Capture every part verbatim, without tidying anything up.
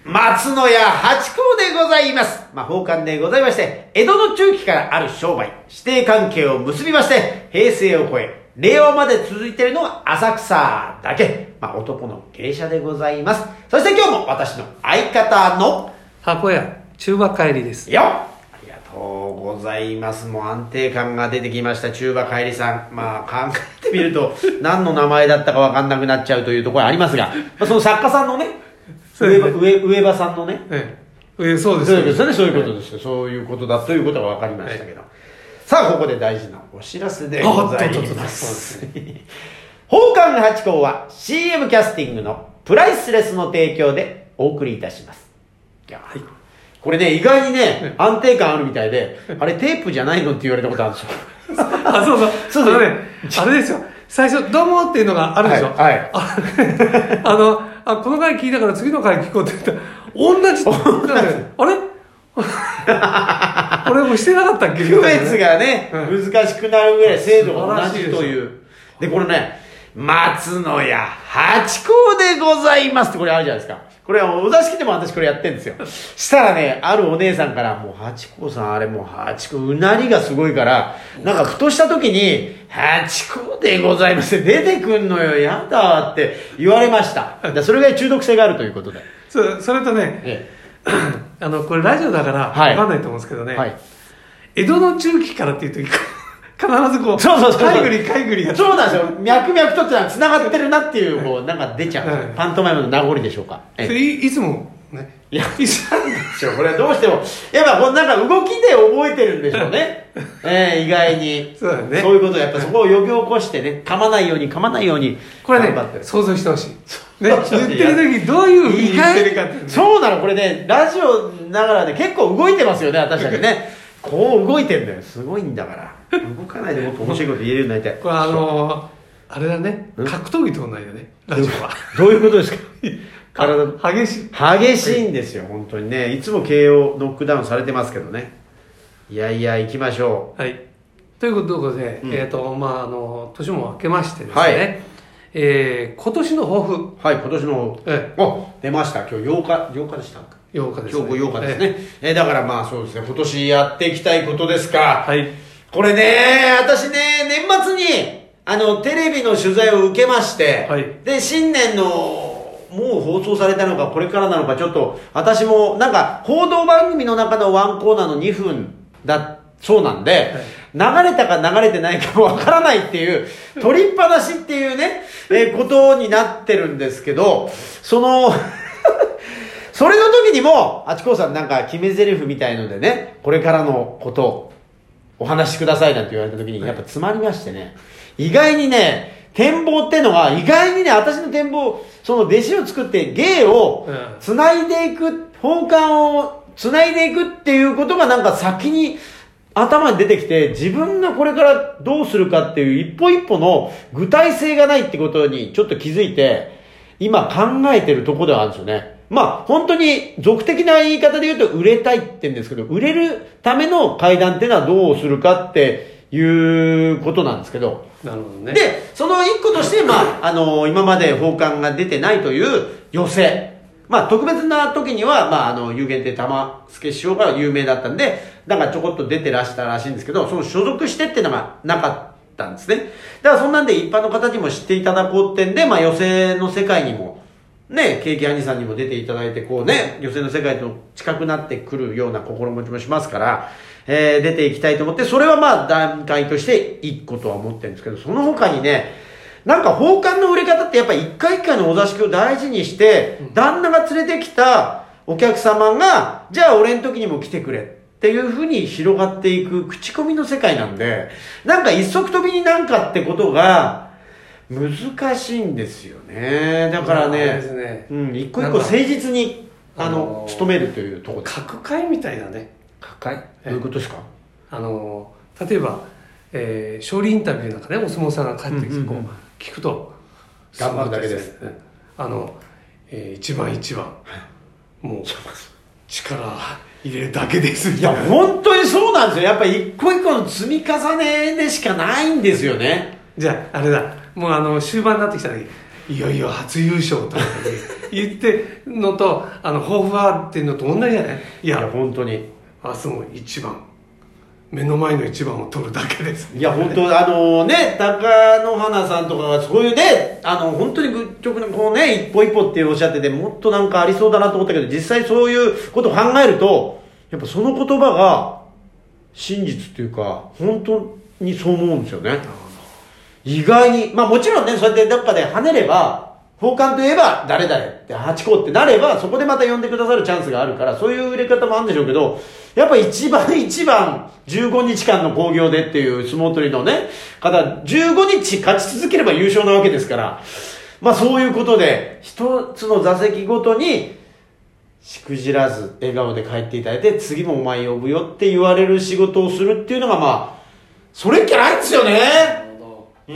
松野屋八甲でございます。まあ、宝冠でございまして、江戸の中期からある商売、師弟関係を結びまして、平成を超え、令和まで続いているのは浅草だけ。まあ、男の芸者でございます。そして今日も私の相方の箱屋中馬帰りですよ。ありがとうございます。もう安定感が出てきました中馬帰りさん。まあ考えてみると何の名前だったか分かんなくなっちゃうというところありますが、まあ、その作家さんのね、上場、上、上場さんのね、 ええ、そうですそうですね、そういうことですよ。そういうことだということが分かりましたけど、はい、さあここで大事なお知らせでございます。宝冠八甲は シーエム キャスティングのプライスレスの提供でお送りいたします。いや、はい、これね、意外にね、安定感あるみたいで、あれテープじゃないのって言われたことあるんですよ。 あ、そうそう。そうそうね。あれですよ。最初、どうもっていうのがあるでしょ。 はい。はい、 あのあ、この回聞いたから次の回聞こうって言ったら、同じ。あれ俺もしてなかったっけ？ 区別がね、うん、難しくなるぐらい精度が同じという。で、これね、松野屋八甲でございますってこれあるじゃないですか。これはお座敷でも私これやってるんですよ。したらね、あるお姉さんから、もう八甲さんあれもう八甲、うなりがすごいから、なんかふとした時に、八甲でございますって出てくんのよ、やだって言われました。だそれぐらい中毒性があるということで。 そ, それとね、ええ、あの、これラジオだからわかんないと思うんですけどね、はいはい、江戸の中期からっていう時必ずこう、 そうそうそう。 かいぐりかいぐりが。 そうなんですよ。脈々とってのは繋がってるなっていう、こう、なんか出ちゃう。はい、パントマイムの名残でしょうか。 それい、いつも、ね。 いや、いつなんでしょう。これはどうしても。やっぱ、こう、なんか動きで覚えてるんでしょうね。えー、意外に。 そうだね。 そういうこと、やっぱそこを呼び起こしてね、噛まないように噛まないように。 これね、想像してほしい。ね、言ってる時どういうふうに言ってるかって、ね。 そうなの、これね、ラジオながらで結構動いてますよね、私たちね。こう動いてんだよ。すごいんだから。動かないでもっと面白いこと言えるようになりたい。 これあのー、あれだね、格闘技と同じだね、ラジオは。 どういうことですか？ 体激しい激しいんですよ、本当にね。いつも ケーオー ノックダウンされてますけどね。いやいや、行きましょう。はい。ということで、うん、えっ、ー、と、まあ、あの、年も明けましてですね、 はい、 えー、今年の抱負。 はい、今年の抱負。ええ、お、出ました。今日ようか、ようかでしたようかですね。 今日ようかですね。ええ、だからまあそうですね、今年やっていきたいことですか。 はい。 これね、私ね、年末に、あの、テレビの取材を受けまして、はい、で、新年の、もう放送されたのか、これからなのか、ちょっと、私も、なんか、報道番組の中のワンコーナーのにふんだ、そうなんで、はい、流れたか流れてないかもわからないっていう、取りっぱなしっていうね、えー、ことになってるんですけど、その、それの時にも、あちこさんなんか決め台詞みたいのでね、これからのことをお話しくださいなんて言われた時に、やっぱ詰まりましてね、意外にね、展望ってのは、意外にね、私の展望、その弟子を作って芸を繋いでいく、宝冠を繋いでいくっていうことがなんか先に頭に出てきて、自分がこれからどうするかっていう一歩一歩の具体性がないってことにちょっと気づいて、今考えてるところではあるんですよね。まあ、本当に俗的な言い方で言うと売れたいって言うんですけど、売れるための階段っていうのはどうするかっていうことなんですけど。 なるほどね。 で、その一個として、まあ、あの、今まで宝冠が出てないという寄せ。まあ、特別な時には、まあ、あの、有限定玉助師匠が有名だったんで、なんかちょこっと出てらしたらしいんですけど、その所属してっていうのがなかったんですね。だからそんなんで一般の方にも知っていただこうってんで、まあ、寄せの世界にも、ね、ケーキ兄さんにも出ていただいて、こうね、予選の世界と近くなってくるような心持ちもしますから、えー、出ていきたいと思って、それはまあ段階として一個とは思ってるんですけど、その他にね、なんか宝冠の売れ方ってやっぱり一回一回のお座敷を大事にして、旦那が連れてきたお客様が、じゃあ俺の時にも来てくれっていう風に広がっていく口コミの世界なんで、なんか一足飛びになんかってことが、難しいんですよね。だからね、 ね、 うん、一個一個誠実にあの努めるというところです。 角界みたいなね。 角界？どういうことですか？ あの例えば、えー、勝利インタビューなんかね、お相撲さんが帰ってきてこう、うんうんうん、聞くと頑張るだけです。 あの、えー、一番一番もう力入れるだけですみたいな。 いや本当にそうなんですよ。やっぱり一個一個の積み重ねでしかないんですよね。 じゃああれだ。もうあの終盤になってきた時、 いよいよ初優勝とか言ってのとあの抱負はっていうのと同じじゃない。いや、 いや本当に明日も一番目の前の一番を取るだけです。 いや本当あのね、貴乃花さんとかがそういうね、あの本当に愚直なこうね、一歩一歩っておっしゃってて、もっとなんかありそうだなと思ったけど、実際そういうことを考えるとやっぱその言葉が真実っていうか本当にそう思うんですよね。意外にまあもちろんね、そうやってどっかで跳ねれば、奉還といえば誰々って八校ってなれば、そこでまた呼んでくださるチャンスがあるから、そういう売れ方もあるんでしょうけど、やっぱ一番一番じゅうごにちかんの興行でっていう相撲取りのね方、じゅうごにち勝ち続ければ優勝なわけですから、まあそういうことで一つの座席ごとにしくじらず笑顔で帰っていただいて、次もお前呼ぶよって言われる仕事をするっていうのが、まあそれっきゃないんですよね。 うん、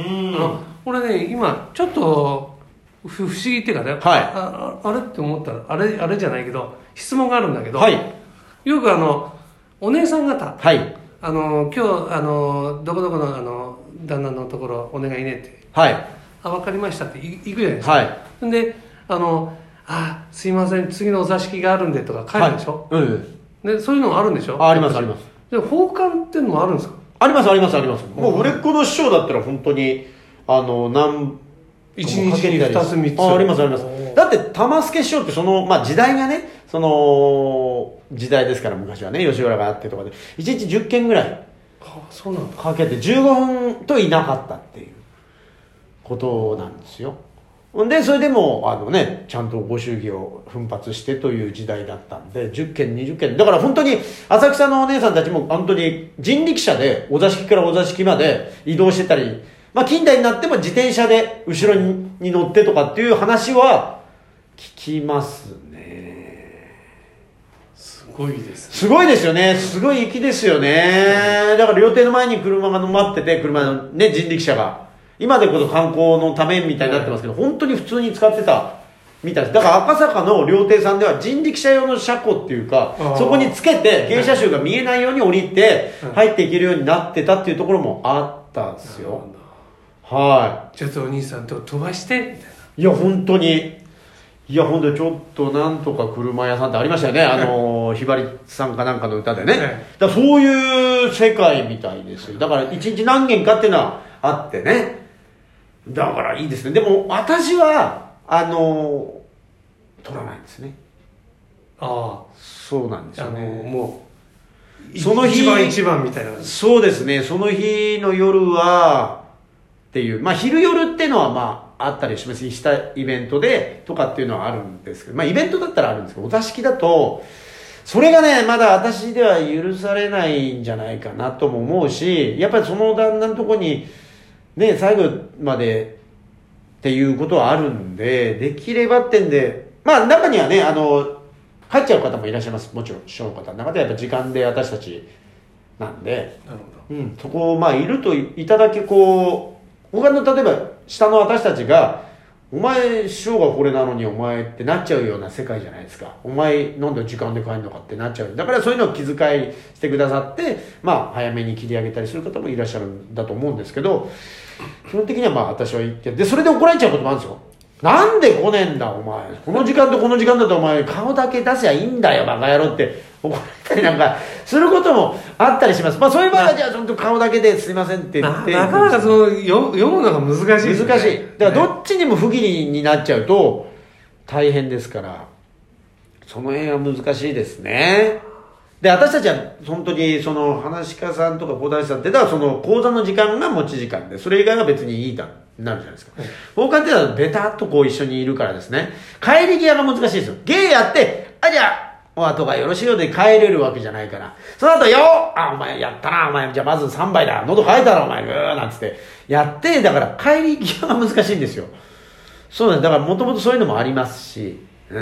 俺ね今ちょっと不思議っていうかね、はい、あ, あ, あれって思ったらあれあれじゃないけど質問があるんだけど、はい、よくあのお姉さん方、はい、あの今日あのどこどこのあの旦那のところお願いねって、はい、あ分かりましたって行くじゃないですか、はい、であのあすいません次のお座敷があるんでとか帰るでしょ、はい、うん、でそういうのもあるんでしょ。 あ, ありますあります。 で奉還っていうのもあるんですか。 ありますありますあります。もう売れっ子の師匠だったら本当にあの何いちにちにふたつみっつあ, ありますあります。だって玉助師匠ってその、まあ、時代がねその時代ですから、昔はね吉原があってとかでいちにちじゅっけんぐらい、はあ、そうなんだかけてじゅうごふんといなかったっていうことなんですよ。でそれでもあのねちゃんとご祝儀を奮発してという時代だったんで、じゅっけんにじゅっけんだから本当に浅草のお姉さんたちも本当に人力車でお座敷からお座敷まで移動してたり、まあ近代になっても自転車で後ろに乗ってとかっていう話は聞きますね。 すごいですね。 すごいですよね。すごい粋ですよね。だから料亭の前に車が待ってて、車のね人力車が今でこそ観光のためみたいになってますけど、本当に普通に使ってたみたいです。だから赤坂の料亭さんでは人力車用の車庫っていうか、そこにつけて芸者衆が見えないように降りて入っていけるようになってたっていうところもあったんですよ。はい。 ちょっとお兄さんと飛ばしてみたいな。 いや本当に、いや本当にちょっとなんとか車屋さんってありましたよね。あのひばりさんかなんかの歌でね。だからそういう世界みたいですよ。だから一日何軒かっていうのはあってね。だからいいですね。でも私はあの取らないんですね。 ああ、 そうなんですよね。 あのもうその日一番一番みたいな。 そうですね。その日の夜はっていう、まあ昼夜っていうのはまああったりしますしたイベントでとかっていうのはあるんですけど、まあイベントだったらあるんですけど、お座敷だとそれがねまだ私では許されないんじゃないかなとも思うし、やっぱりその旦那のとこにね、最後までっていうことはあるんで、できればってんで、まあ中にはね、あの、帰っちゃう方もいらっしゃいます。もちろん、師匠の方の中ではやっぱ時間で私たちなんで、なるほど。うん、そこ、まあいるといただけこう、他の例えば下の私たちが、お前師匠がこれなのにお前ってなっちゃうような世界じゃないですか。お前なんで時間で帰るのかってなっちゃう。だからそういうのを気遣いしてくださって、まあ早めに切り上げたりする方もいらっしゃるんだと思うんですけど、基本的にはまあ私は言って、でそれで怒られちゃうこともあるんですよ。なんで来ねえんだお前、この時間とこの時間だとお前顔だけ出せばいいんだよバカ野郎って怒られたりなんかすることもあったりします。まあそういう場合はじゃあちょっと顔だけですいませんって言って、 なかなかその読むのが難しいですね。 難しい。だからどっちにも不義理になっちゃうと大変ですから、その辺は難しいですね。で私たちは本当にその話し家さんとか講談師さんってのはその講座の時間が持ち時間で、それ以外が別にいいだなるじゃないですか。奉還っていうのはベタっとこう一緒にいるからですね、帰り際が難しいですよ。芸やってあじゃあお後がよろしいようで帰れるわけじゃないから、その後よあお前やったなお前じゃあまずさんばいだ喉乾いたらお前グーなんつってやって、だから帰り際が難しいんですよ。そうなんです。だからもともとそういうのもありますし、うん。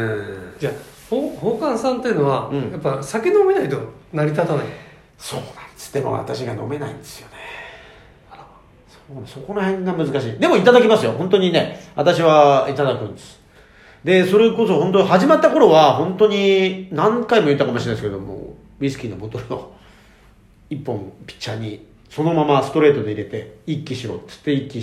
じゃあ奉還さんっていうのは、うん、やっぱ酒飲めないと成り立たない。 そうなんです。でも私が飲めないんですよね。そ, そこら辺が難しい。でもいただきますよ本当にね。私はいただくんです。でそれこそ本当始まった頃は本当に何回も言ったかもしれないですけども、ウイスキーのボトルをいっぽんピッチャーにそのままストレートで入れて一気しろっつって一気し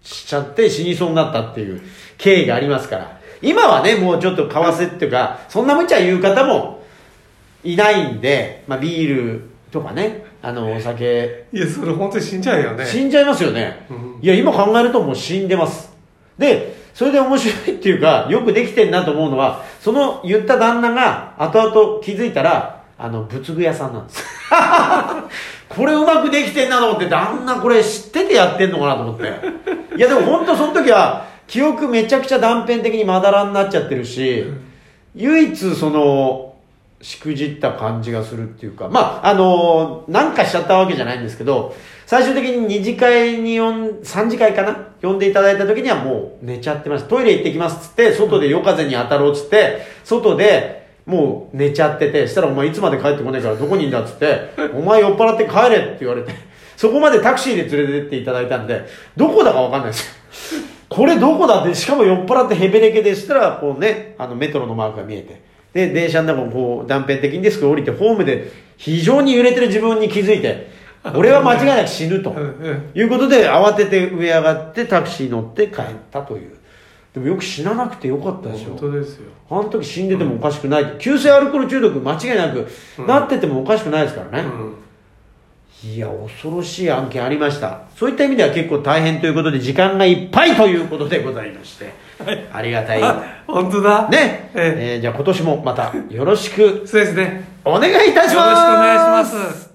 しちゃって死にそうになったっていう経緯がありますから、今はねもうちょっと為替っていうかそんな無茶言う方もいないんで、まあ、ビールとかね、あのお酒、 いやそれ本当に死んじゃうよね。 死んじゃいますよね、うん、いや今考えるともう死んでます。でそれで面白いっていうかよくできてんなと思うのは、その言った旦那が後々気づいたらあの仏具屋さんなんですこれうまくできてんなと思って、旦那これ知っててやってんのかなと思っていやでも本当その時は記憶めちゃくちゃ断片的にまだらになっちゃってるし、唯一そのしくじった感じがするっていうか、まああのなんかしちゃったわけじゃないんですけど、最終的に二次会に呼んさん次会かな呼んでいただいた時にはもう寝ちゃってました。トイレ行ってきますっつって外で夜風に当たろうっつって外でもう寝ちゃってて、したらお前いつまで帰ってこねえからどこにいんだっつってお前酔っ払って帰れって言われて、そこまでタクシーで連れてっていただいたんでどこだかわかんないですよこれどこだって、しかも酔っ払ってヘベレケでしたらこうね、あのメトロのマークが見えて、で電車の中もこう断片的にですけど降りてホームで非常に揺れてる自分に気づいて、俺は間違いなく死ぬということで慌てて上上がってタクシー乗って帰ったという。でもよく死ななくてよかったでしょ。 本当ですよ。 あの時死んでてもおかしくない、うん、急性アルコール中毒間違いなくなっててもおかしくないですからね、うんうん、いや恐ろしい案件ありました。そういった意味では結構大変ということで時間がいっぱいということでございまして、はい、ありがたい。 本当だね、ええー、じゃあ今年もまたよろしくそうですね、 お願いいたします。 よろしくお願いします。